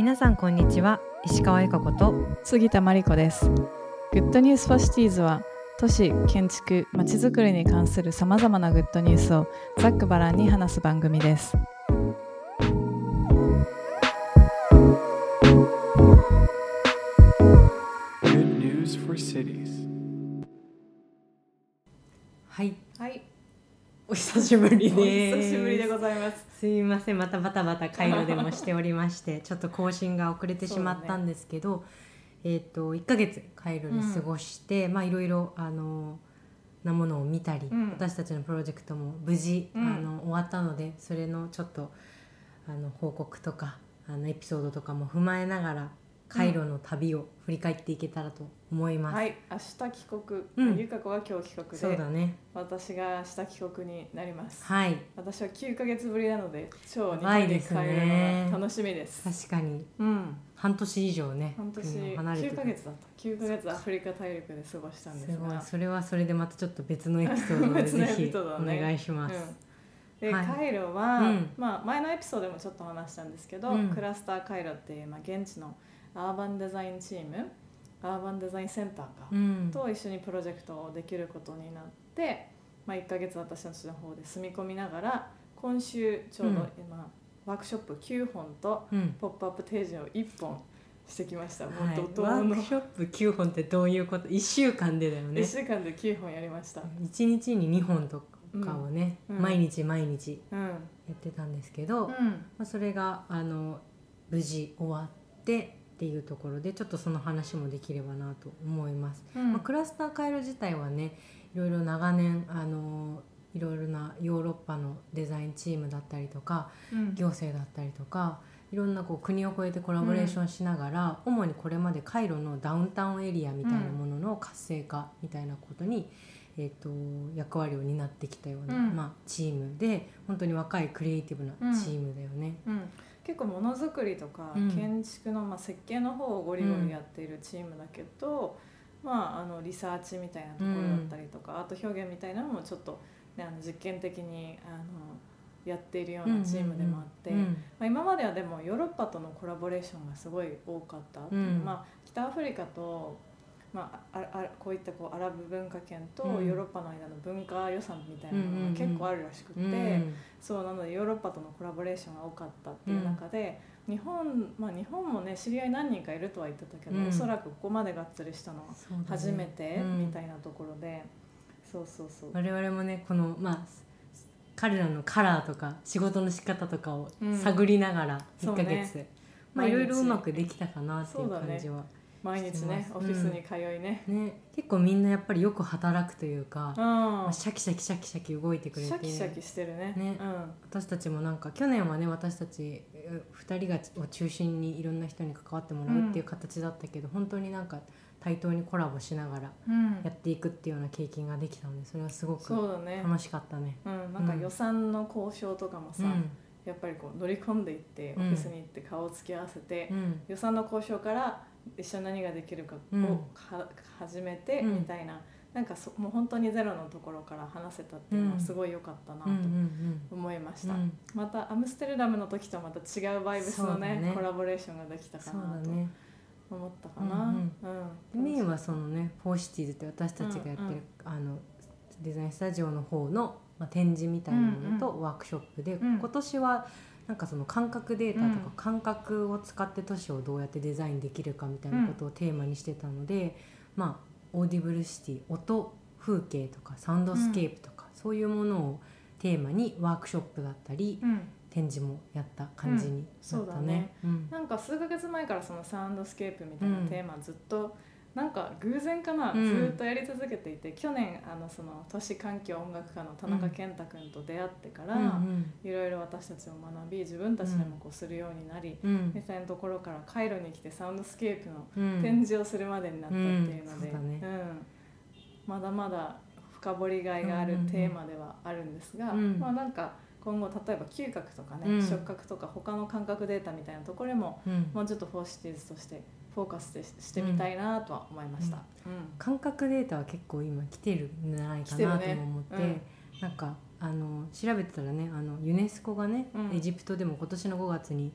皆さんこんにちは。石川由香子と杉田真理子です。グッドニュースファシティーズは都市、建築、まちづくりに関するさまざまなグッドニュースをざっくばらんに話す番組です。 Good news for cities. はい、 はい、 お久しぶりです。 お久しぶりでございます。 すいません、またバタバタ回路でもしておりましてちょっと更新が遅れてしまったんですけど、1ヶ月カイロで過ごして、いろいろなものを見たり、私たちのプロジェクトも無事、終わったので、それのちょっと報告とかエピソードとかも踏まえながらカイロの旅を振り返っていけたらと思います。 はい、明日帰国、ゆか子は今日帰国で、 そうだね、 私が明日帰国になります。 はい、 私は9ヶ月ぶりなので超日本に帰るのが楽しみです。 確かに、半年以上ね、 半年離れてた。 9ヶ月だった9ヶ月アフリカ大陸で過ごしたんですが、 すごい、それはそれでまたちょっと別のエピソードでぜひお願いします。 で、カイロは、前のエピソードでもちょっと話したんですけど、クラスターカイロっていう、現地のアーバンデザインチーム、アーバンデザインセンターと一緒にプロジェクトをできることになって、1ヶ月私たちの方で住み込みながら、今週ちょうど、ワークショップ9本とポップアップ提示を1本してきました。もう怒涛のワークショップ9本ってどういうこと？1週間でだよね。 1週間で9本やりました。 1日に2本とかをね、毎日やってたんですけど、それが無事終わってっていうところで、ちょっとその話もできればなと思います。クラスターカイロ自体はね、いろいろ長年いろいろなヨーロッパのデザインチームだったりとか、行政だったりとか、いろんな国を越えてコラボレーションしながら、主にこれまでカイロのダウンタウンエリアみたいなものの活性化みたいなことに、役割を担ってきたような、チームで、本当に若いクリエイティブなチームだよね。 結構ものづくりとか建築の、設計の方をゴリゴリやっているチームだけど、リサーチみたいなところだったりとか、あと表現みたいなのもちょっと、実験的にやっているようなチームでもあって、今まではでもヨーロッパとのコラボレーションがすごい多かった、北アフリカと、こういったアラブ文化圏とヨーロッパの間の文化予算みたいなものが結構あるらしくて、そうなのでヨーロッパとのコラボレーションが多かったっていう中で、日本もね、知り合い何人かいるとは言ってたけど、おそらくここまでがっつりしたのは初めてみたいなところで、そう我々もね、この彼らのカラーとか仕事の仕方とかを探りながら1ヶ月、いろいろうまくできたかなっていう感じは、 毎日ね、オフィスに通いね、 結構みんなやっぱりよく働くというか、シャキシャキシャキシャキ動いてくれて、 シャキシャキしてるね、 私たちも去年はね、私たち2人を中心にいろんな人に関わってもらうっていう形だったけど、本当に対等にコラボしながらやっていくっていうような経験ができたので、それはすごく楽しかったね。 予算の交渉とかもさ、やっぱり乗り込んでいってオフィスに行って顔を突き合わせて、予算の交渉から一緒に何ができるかを始めてみたいな、もう本当にゼロのところから話せたっていうのはすごい良かったなと思いました。またアムステルダムの時とはまた違うバイブスのね、コラボレーションができたかなと思ったかな。 メインはそのね、フォーシティーズって私たちがやってる、デザインスタジオの方の、展示みたいなものとワークショップで、今年はその感覚データとか感覚を使って都市をどうやってデザインできるかみたいなことをテーマにしてたので、オーディブルシティ、音、風景とかサウンドスケープとか、そういうものをテーマにワークショップだったり、展示もやった感じになったね。 そうだね。数ヶ月前からそのサウンドスケープみたいなテーマずっと偶然かな、ずっとやり続けていて、去年その都市環境音楽家の田中健太君と出会ってから、いろいろ私たちを学び、自分たちでもするようになり、みたいなところからカイロに来てサウンドスケープの展示をするまでになったっていうので、まだまだ深掘りがいがあるテーマではあるんですが、今後例えば嗅覚とかね、触覚とか他の感覚データみたいなところも、もうちょっとフォーシティーズとしてフォーカスしてみたいなとは思いました。 感覚データは結構今来てるんじゃないかなと思って、調べてたらね、ユネスコがね、エジプトでも今年の5月に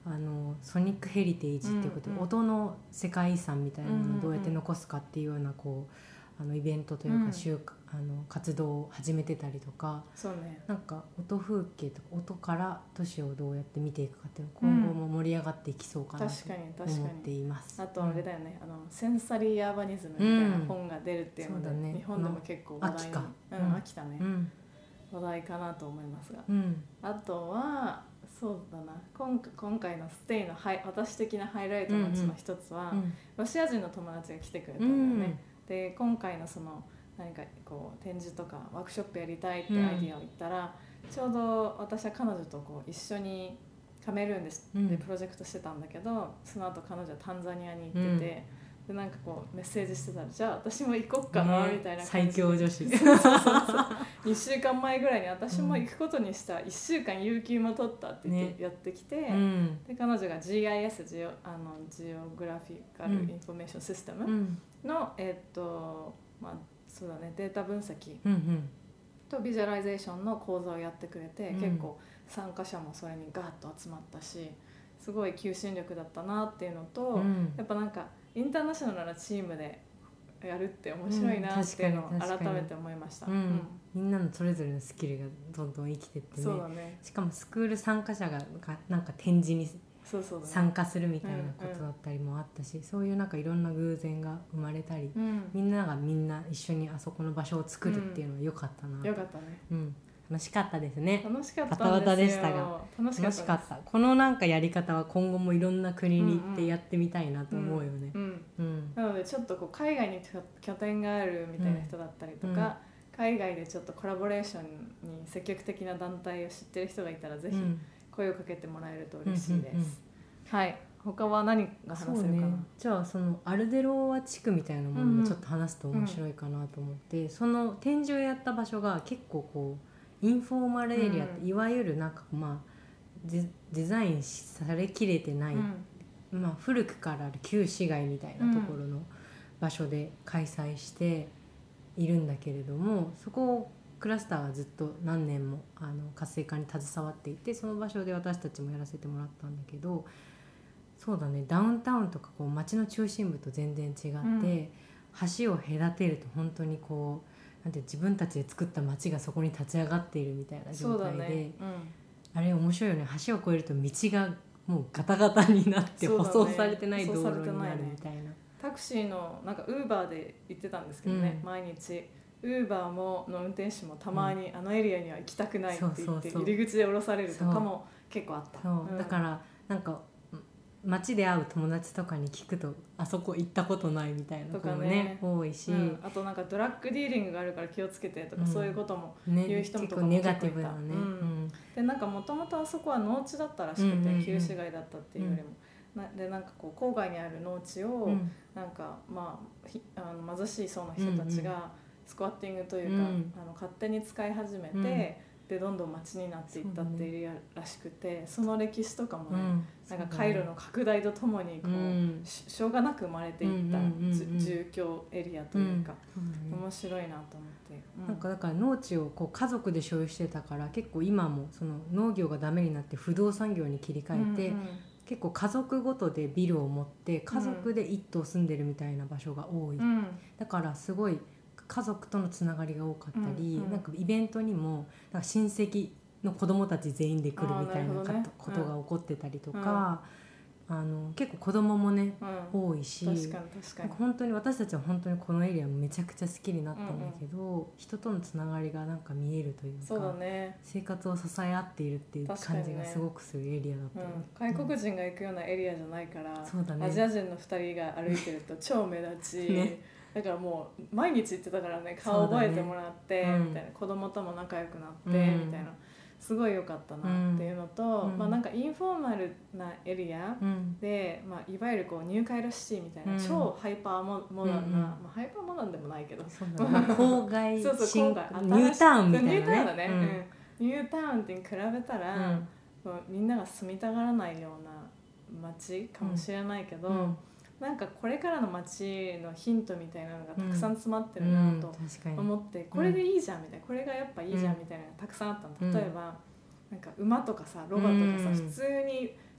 ソニックヘリテージっていうことで、音の世界遺産みたいなのをどうやって残すかっていうようなこうイベントというか活動を始めてたりとか、 そうね、 なんか音風景とか音から都市をどうやって見ていくかっていうの今後も盛り上がっていきそうかなと思っています。 あとあれだよね、センサリーアーバニズムみたいな本が出るっていうので、ね、日本でも結構話題に秋田ね、話題かなと思いますが、あとはそうだな、今回のステイの私的なハイライトのうちの一つは、ロシア人の友達が来てくれたんだよね。で今回のその何かこう展示とかワークショップやりたいってアイディアを言ったら、ちょうど私は彼女とこう一緒にカメルーンでプロジェクトしてたんだけど、その後彼女はタンザニアに行ってて、でなんかこうメッセージしてたら、じゃあ私も行こっかなみたいな感じで、 最強女子 2週間前ぐらいに私も行くことにした、1週間有給も取ったって言ってやってきて、で彼女が GIS ジオグラフィカルインフォメーションシステムの、まあそうだね、データ分析とビジュアライゼーションの講座をやってくれて、結構参加者もそれにガーッと集まったし、すごい求心力だったなっていうのと、やっぱなんかインターナショナルなチームでやるって面白いなっていうのを改めて思いました。 みんなのそれぞれのスキルがどんどん生きてってね。 そうだね。 しかもスクール参加者がなんか展示に参加するみたいなことだったりもあったし、そういうなんかいろんな偶然が生まれたり、みんながみんな一緒にあそこの場所を作るっていうのは良かったな。 良かったね。 楽しかったですね。 楽しかったんですよ。 バタバタでしたが楽しかった。このなんかやり方は今後もいろんな国に行ってやってみたいなと思うよね。 なのでちょっとこう海外に拠点があるみたいな人だったりとか、海外でちょっとコラボレーションに積極的な団体を知ってる人がいたらぜひ声をかけてもらえると嬉しいです。はい。他は何が話せるかな。 じゃあそのアルデロワ地区みたいなものもちょっと話すと面白いかなと思って、その展示をやった場所が結構こうインフォーマルエリアって、いわゆるなんかまあデザインされきれてない、まあ古くからある旧市街みたいなところの場所で開催しているんだけれども、そこをクラスターはずっと何年も活性化に携わっていて、その場所で私たちもやらせてもらったんだけど、そうだね、ダウンタウンとかこう街の中心部と全然違って、橋を隔てると本当にこうなんて自分たちで作った街がそこに立ち上がっているみたいな状態で、あれ面白いよね。橋を越えると道がもうガタガタになって舗装されてない道路になるみたいな。 タクシーのなんかウーバーで行ってたんですけどね、毎日ウーバーの運転手もたまに、あのエリアには行きたくないって言って入り口で降ろされるとかも結構あった。 だからなんか街で会う友達とかに聞くと、あそこ行ったことないみたいな子もね多いし、 あとなんかドラッグディーリングがあるから気をつけてとか、そういうことも言う人もとかも結構ネガティブだね。 でなんかもともとあそこは農地だったらしくて、旧市街だったっていうよりも、でなんかこう郊外にある農地を、なんかまあ貧しい層の人たちがスクワッティングというか、勝手に使い始めて、でどんどん街になっていったっていうらしくて、その歴史とかもね、なんか回路の拡大とともにこう、しょうがなく生まれていった住居エリアというか、面白いなと思って、 なんかだから農地をこう家族で所有してたから、結構今もその農業がダメになって不動産業に切り替えて、結構家族ごとでビルを持って家族で一棟住んでるみたいな場所が多い、だからすごい家族とのつながりが多かったり、なんかイベントにもなんか親戚の子供たち全員で来るみたいなことが起こってたりとか、結構子供もね、多いし、 確かに本当に私たちは本当にこのエリアめちゃくちゃ好きになったんだけど、人とのつながりがなんか見えるというか、 そうだね、 生活を支え合っているっていう感じがすごくするエリアだったよね。外国人が行くようなエリアじゃないから、 そうだね、 アジア人の2人が歩いてると超目立ち、ね、だからもう毎日行ってたからね、顔覚えてもらって、みたいな、子供とも仲良くなって、みたいな、すごい良かったなっていうのと、まあ、なんかインフォーマルなエリアで、まあ、いわゆるこうニューカイロシティみたいな、超ハイパーモダンな、まあ、ハイパーモダンでもないけど、 郊外そう郊外ニュータウンみたいなね、 ニュータウンだね、ニュータウンって比べたら、みんなが住みたがらないような街かもしれないけど、なんかこれからの街のヒントみたいなのがたくさん詰まってるなと思って、これでいいじゃんみたいな、これがやっぱいいじゃんみたいなのがたくさんあったの。例えばなんか馬とかさ、ロバとかさ、普通に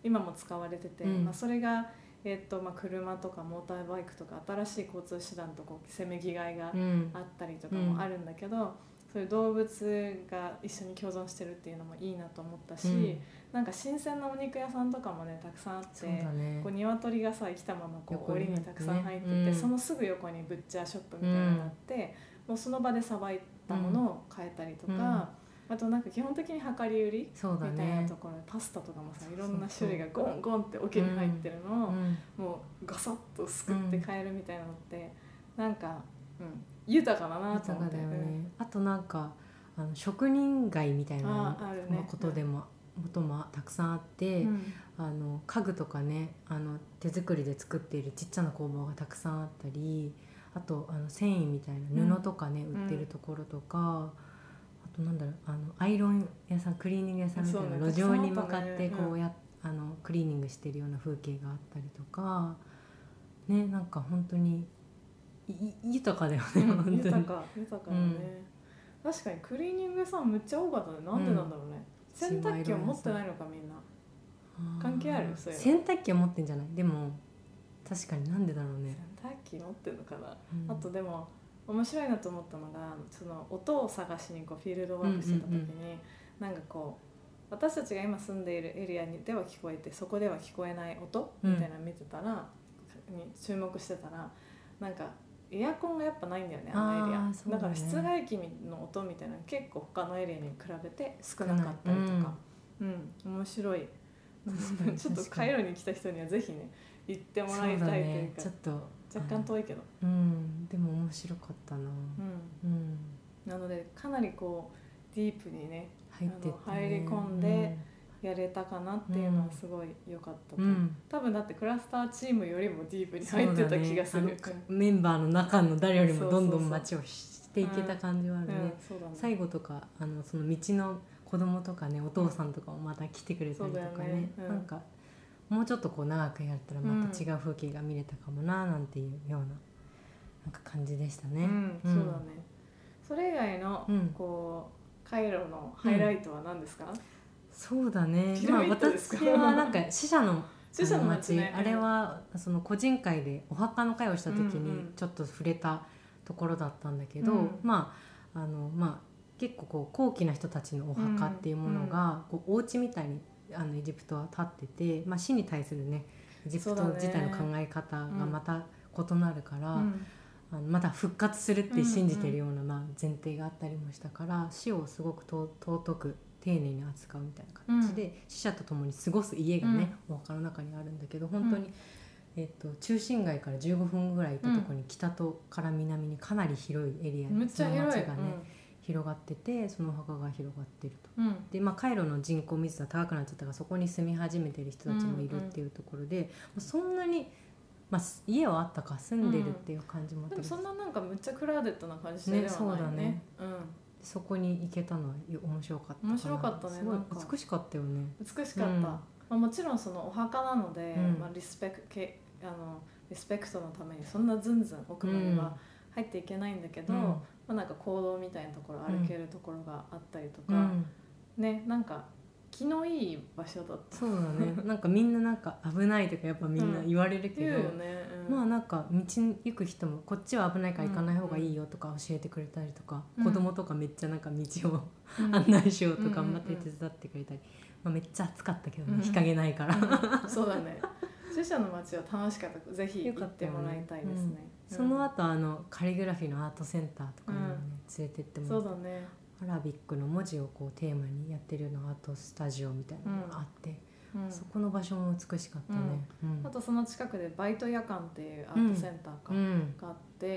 今も使われてて、それが、車とかモーターバイクとか新しい交通手段とこうせめぎ合いがあったりとかもあるんだけど、そういう動物が一緒に共存してるっていうのもいいなと思ったし、なんか新鮮なお肉屋さんとかもねたくさんあって、こう鶏がさ生きたままこう檻にたくさん入ってて、そのすぐ横にブッチャーショップみたいなのがあって、もうその場でさばいたものを買えたりとか、あとなんか基本的に量り売りみたいなところでパスタとかもさいろんな種類がゴンゴンって桶に入ってるのをもうガサッとすくって買えるみたいなのってなんか、豊かだなと思って、 あとなんか職人街みたいなことでもこともたくさんあって、家具とかね手作りで作っているちっちゃな工房がたくさんあったり、あと繊維みたいな布とかね、売ってるところとか、あとなんだろうアイロン屋さんクリーニング屋さんみたいな、路上に向かってこうクリーニングしてるような風景があったりとかね、なんか本当に豊かだよね、本当に豊かだね、確かにクリーニング屋さんめっちゃ多かったね。なんでなんだろうね、洗濯機を持ってないのかみんな。関係ある？そういうの。 洗濯機は持ってんじゃない？でも確かになんでだろうね。 洗濯機持ってるのかな、あとでも面白いなと思ったのが、その音を探しにこうフィールドワークしてた時に、なんかこう私たちが今住んでいるエリアでは聞こえてそこでは聞こえない音みたいなの見てたら、に注目してたら、なんかエアコンがやっぱないんだよね、あのエリア。だから室外機の音みたいなの結構他のエリアに比べて少なかったりとか、面白い。ちょっとカイロに来た人にはぜひね行ってもらいたいというか、 ちょっと若干遠いけど、 でも面白かったな。 なのでかなりこうディープにね入り込んでやれたかなっていうのはすごい良かったと、多分だってクラスターチームよりもディープに入ってた気がする、 メンバーの中の誰よりもどんどん街をしていけた感じはあるね。最後とかその道の子供とかね、お父さんとかもまた来てくれたりとかね、なんかもうちょっとこう長くやったらまた違う風景が見れたかもななんていうような、なんか感じでしたね。 そうだね。それ以外のこうカイロのハイライトは何ですか？ そうだね、私はなんか死者の町、あれはその個人会でお墓の会をした時にちょっと触れたところだったんだけど、結構こう高貴な人たちのお墓っていうものがこうお家みたいにエジプトは建ってて、死に対するねエジプト自体の考え方がまた異なるから、また復活するって信じてるような前提があったりもしたから、死をすごく尊く丁寧に扱うみたいな形で、死者と共に過ごす家がね、お墓の中にあるんだけど、本当に、中心街から15分ぐらい行ったところに北から南にかなり広いエリアにその町がね、広がってて、そのお墓が広がってると、でカイロの人口密度が高くなっちゃったからそこに住み始めてる人たちもいるっていうところで、そんなに、家はあったか住んでるっていう感じもあったけど、 でもそんななんかむっちゃクラウデッドな感じではないね。 そうだね、そこに行けたのは面白かったかな。 面白かったね。 すごい美しかったよね。 美しかった、もちろんそのお墓なので、リスペクトのためにそんなずんずん奥までは入っていけないんだけど、なんか行動みたいなところ歩けるところがあったりとか、ね、なんか気のいい場所だった。 そうだね。なんかみんななんか危ないとかやっぱみんな言われるけど、なんか道行く人もこっちは危ないから行かない方がいいよとか教えてくれたりとか、子供とかめっちゃなんか道を案内しようとか頑張って手伝ってくれたり、めっちゃ暑かったけどね、日陰ないから。 そうだね。死者の街は楽しかった。ぜひ行ってもらいたいですね。 その後カリグラフィーのアートセンターとかにもね、連れてってもらって、 そうだね、 アラビックの文字をこうテーマにやってるようなアートスタジオみたいなのがあって、そこの場所も美しかったね。 あとその近くでバイト夜間っていうアートセンターがあって、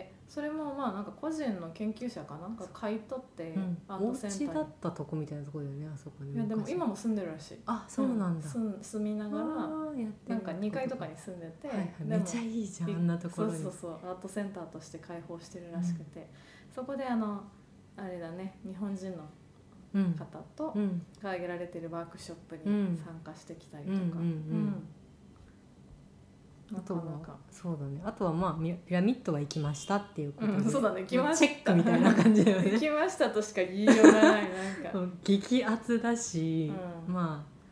それもなんか個人の研究者かなんか買い取ってアートセンターに、 お家だったとこみたいなとこだよね、あそこね。 いやでも今も住んでるらしい。 あ、そうなんだ。 住みながらなんか2階とかに住んでて、 めっちゃいいじゃん、あんなところに。 そうアートセンターとして開放してるらしくて、そこであれだね、日本人の方とが挙げられているワークショップに参加してきたりとか、 あとはそうだね、あとはピラミッドは行きましたっていうことで、 そうだね、来ましたチェックみたいな感じだよね。 行きましたとしか言いようがない。なんか激アツだし、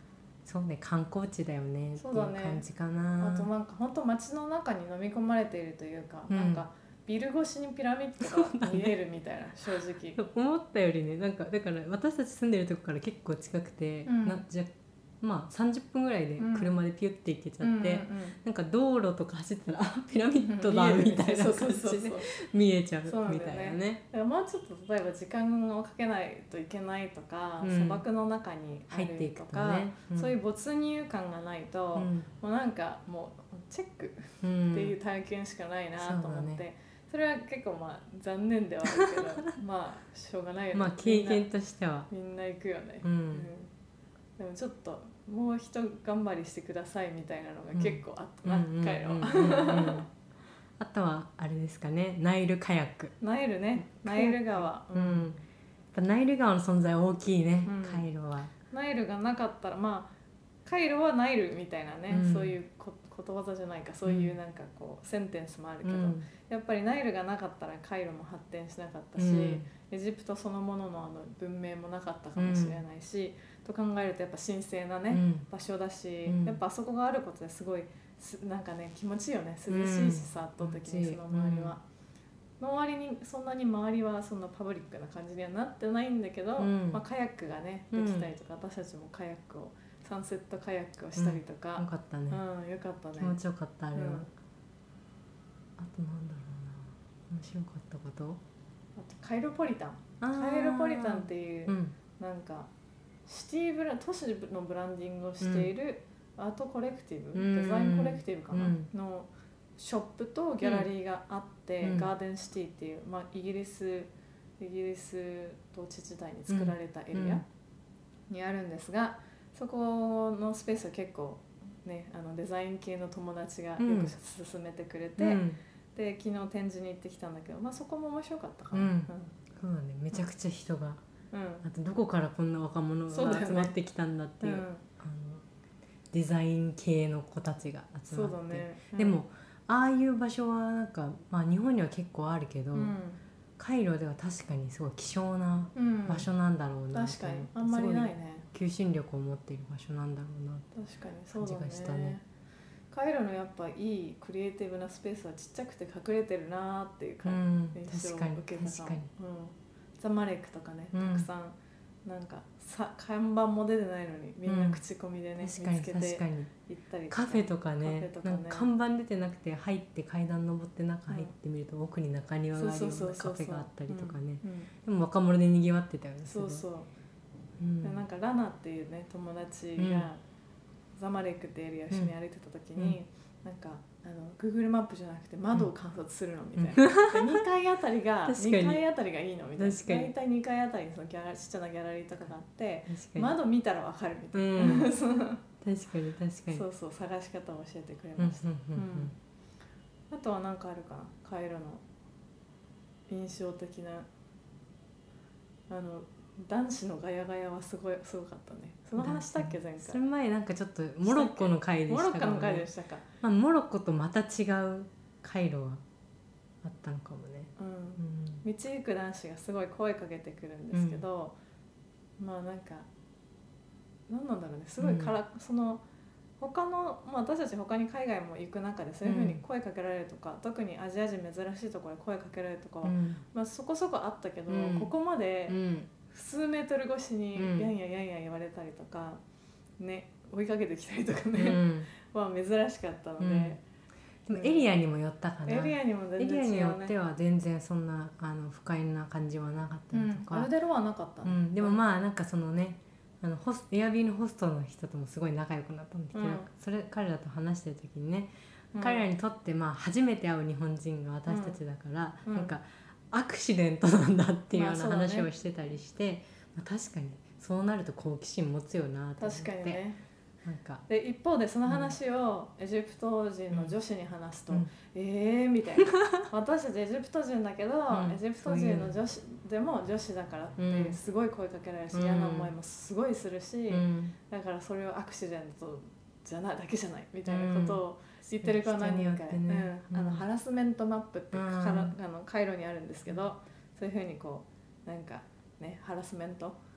そうね、観光地だよねっていう感じかな。 あとなんか本当街の中に飲み込まれているというか、なんかビル越しにピラミッドが見えるみたいな、正直思ったよりね、なんかだから私たち住んでるとこから結構近くて、まあ30分ぐらいで車でピュッて行けちゃって、なんか道路とか走ってたらピラミッドだみたいな感じで見えちゃうみたいなね。 だからもうちょっと例えば時間をかけないといけないとか、砂漠の中にあるとか、そういう没入感がないと、もうなんかもうチェックっていう体験しかないなと思って、それは結構まあ残念ではあるけどまあしょうがないよね。 まあ経験としてはみんな行くよね。でもちょっともう一頑張りしてくださいみたいなのが結構あったな、カイロは。 あとはあれですかね、ナイルカヤック。 ナイルね、ナイル川。 やっぱナイル川の存在大きいね、カイロは。 ナイルがなかったら、まあカイロはナイルみたいなね、そういうことわざじゃないか、そういうなんかこうセンテンスもあるけど、やっぱりナイルがなかったらカイロも発展しなかったし、エジプトそのものの文明もなかったかもしれないし、と考えるとやっぱ神聖なね、場所だし、やっぱあそこがあることですごいなんかね気持ちいいよね。涼しいしさ、圧倒的にその周りは。の割にそんなに周りはそんなパブリックな感じにはなってないんだけど、まあ、カヤックがねできたりとか、私たちもカヤックをサンセットカヤックをしたりとか、 よかったね。 よかったね。 気持ちよかったあれは。あとなんだろうな、面白かったこと。 あとカイロポリタン。カイロポリタンっていう、なんかシティブラ都市のブランディングをしているアートコレクティブ、デザインコレクティブかな、のショップとギャラリーがあって、ガーデンシティっていう、まあ、イギリス統治時代に作られたエリアにあるんですが、そこのスペースは結構ね、デザイン系の友達がよく勧めてくれて、で昨日展示に行ってきたんだけど、まあ、そこも面白かったかな。 そうだね、めちゃくちゃ人が、あとどこからこんな若者が集まってきたんだっていう、デザイン系の子たちが集まって、でもああいう場所はなんか、まあ、日本には結構あるけど、カイロでは確かにすごい希少な場所なんだろうな、 確かにあんまりないね。 求心力を持っている場所なんだろうなって感じがしたね。 カイロのやっぱいいクリエイティブなスペースはちっちゃくて隠れてるなっていう感じ、印象を受けたかも。ザマレックとかね、たくさんなんか看板も出てないのにみんな口コミでね、見つけて行ったりとか、 カフェとかね、なんか看板出てなくて入って階段登って中入ってみると奥に中庭があるようなカフェがあったりとかね、でも若者でにぎわってたよね。 そうそう、なんかラナっていうね友達がザマレックってエリアを一緒に歩いてた時に、なんかGoogle マップじゃなくて窓を観察するのみたいな、2階あたりが2階あたりがいいのみたいな、大体2階あたりにそのちっちゃなギャラリーとかがあって、窓見たら分かるみたいな、 確かに確かに、 そうそう、探し方を教えてくれました。あとは何かあるかな、カイロの印象的な男子のガヤガヤはすごかったね。その話したっけ前回。 それ前なんかちょっとモロッコの回でしたか、 モロッコの回でしたか。 まあ、モロッコとまた違うカイロはあったのかもね。 道行く男子がすごい声かけてくるんですけど、まあなんか何なんだろうね、すごいその他の、まあ、私たち他に海外も行く中でそういう風に声かけられるとか、特にアジア人珍しいところで声かけられるとかは、まあ、そこそこあったけど、ここまで数メートル越しにやんや言われたりとか、ね、追いかけてきたりとかね、は珍しかったので、 でもエリアにもよったかな。 エリアにも全然違うね。 エリアによっては全然そんな不快な感じはなかったりとか、 アルデロはなかったね。 でもまあなんかそのね、エアビーのホストの人ともすごい仲良くなったんだけど、彼らと話してる時にね、彼らにとってまあ初めて会う日本人が私たちだから、なんかアクシデントなんだっていうような話をしてたりして、確かにそうなると好奇心持つよなと思って。 確かにね。 なんかで一方でその話をエジプト人の女子に話すと、みたいな私たちエジプト人だけど、エジプト人の女子でも女子だからってすごい声かけられるし、嫌な思いもすごいするし、だからそれをアクシデントじゃないだけじゃないみたいなことを言ってる子は何人か、ハラスメントマップってカイロにあるんですけど、そういうふうにこうなんかね、ハラスメント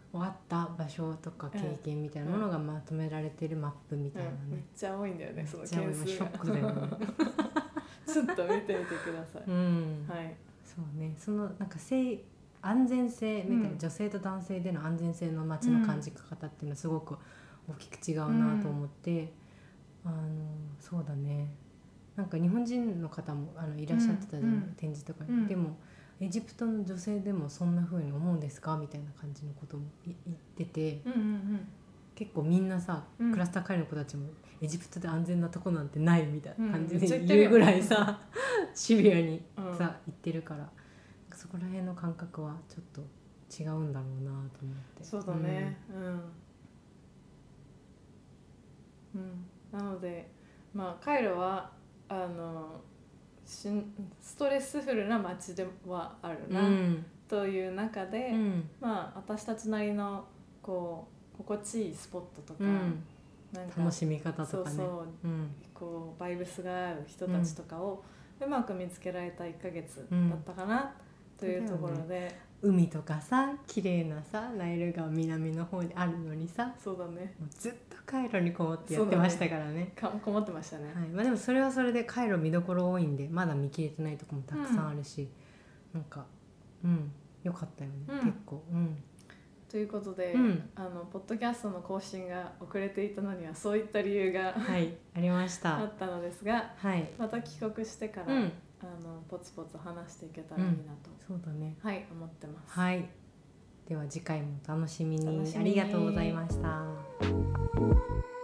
終わった場所とか経験みたいなものがまとめられてるマップみたいなね、 めっちゃ多いんだよね、その件数がショックだよねちょっと見てみてください、はい、 そうね、そのなんか安全性みたいな、女性と男性での安全性の街の感じ方っていうのはすごく大きく違うなと思って、そうだね、なんか日本人の方もいらっしゃってたじゃない、展示とかに、でもエジプトの女性でもそんな風に思うんですかみたいな感じのことも言ってて、結構みんなさ、クラスター会の子たちもエジプトで安全なとこなんてないみたいな感じで言うぐらいさ、シビアにさ、言ってるから、そこら辺の感覚はちょっと違うんだろうなと思って。 そうだね、なのでまあカイロはストレスフルな街ではあるな、という中で、まあ私たちなりのこう心地いいスポットとか、 なんか楽しみ方とかね、 こうバイブスが合う人たちとかをうまく見つけられた1ヶ月だったかなというところで、 海とかさ、綺麗なさナイル川南の方にあるのにさ、 そうだね、 もうずっとカイロにこもってやってましたからね。 こもってましたね、 まあ、でもそれはそれでカイロ見どころ多いんでまだ見切れてないとこもたくさんあるし、なんかよかったよね、結構。 ということで、ポッドキャストの更新が遅れていたのにはそういった理由が、 ありましたあったのですが、また帰国してから、ポツポツ話していけたらいいなと、 そうだね、 思ってます。 では次回も楽しみに。ありがとうございました。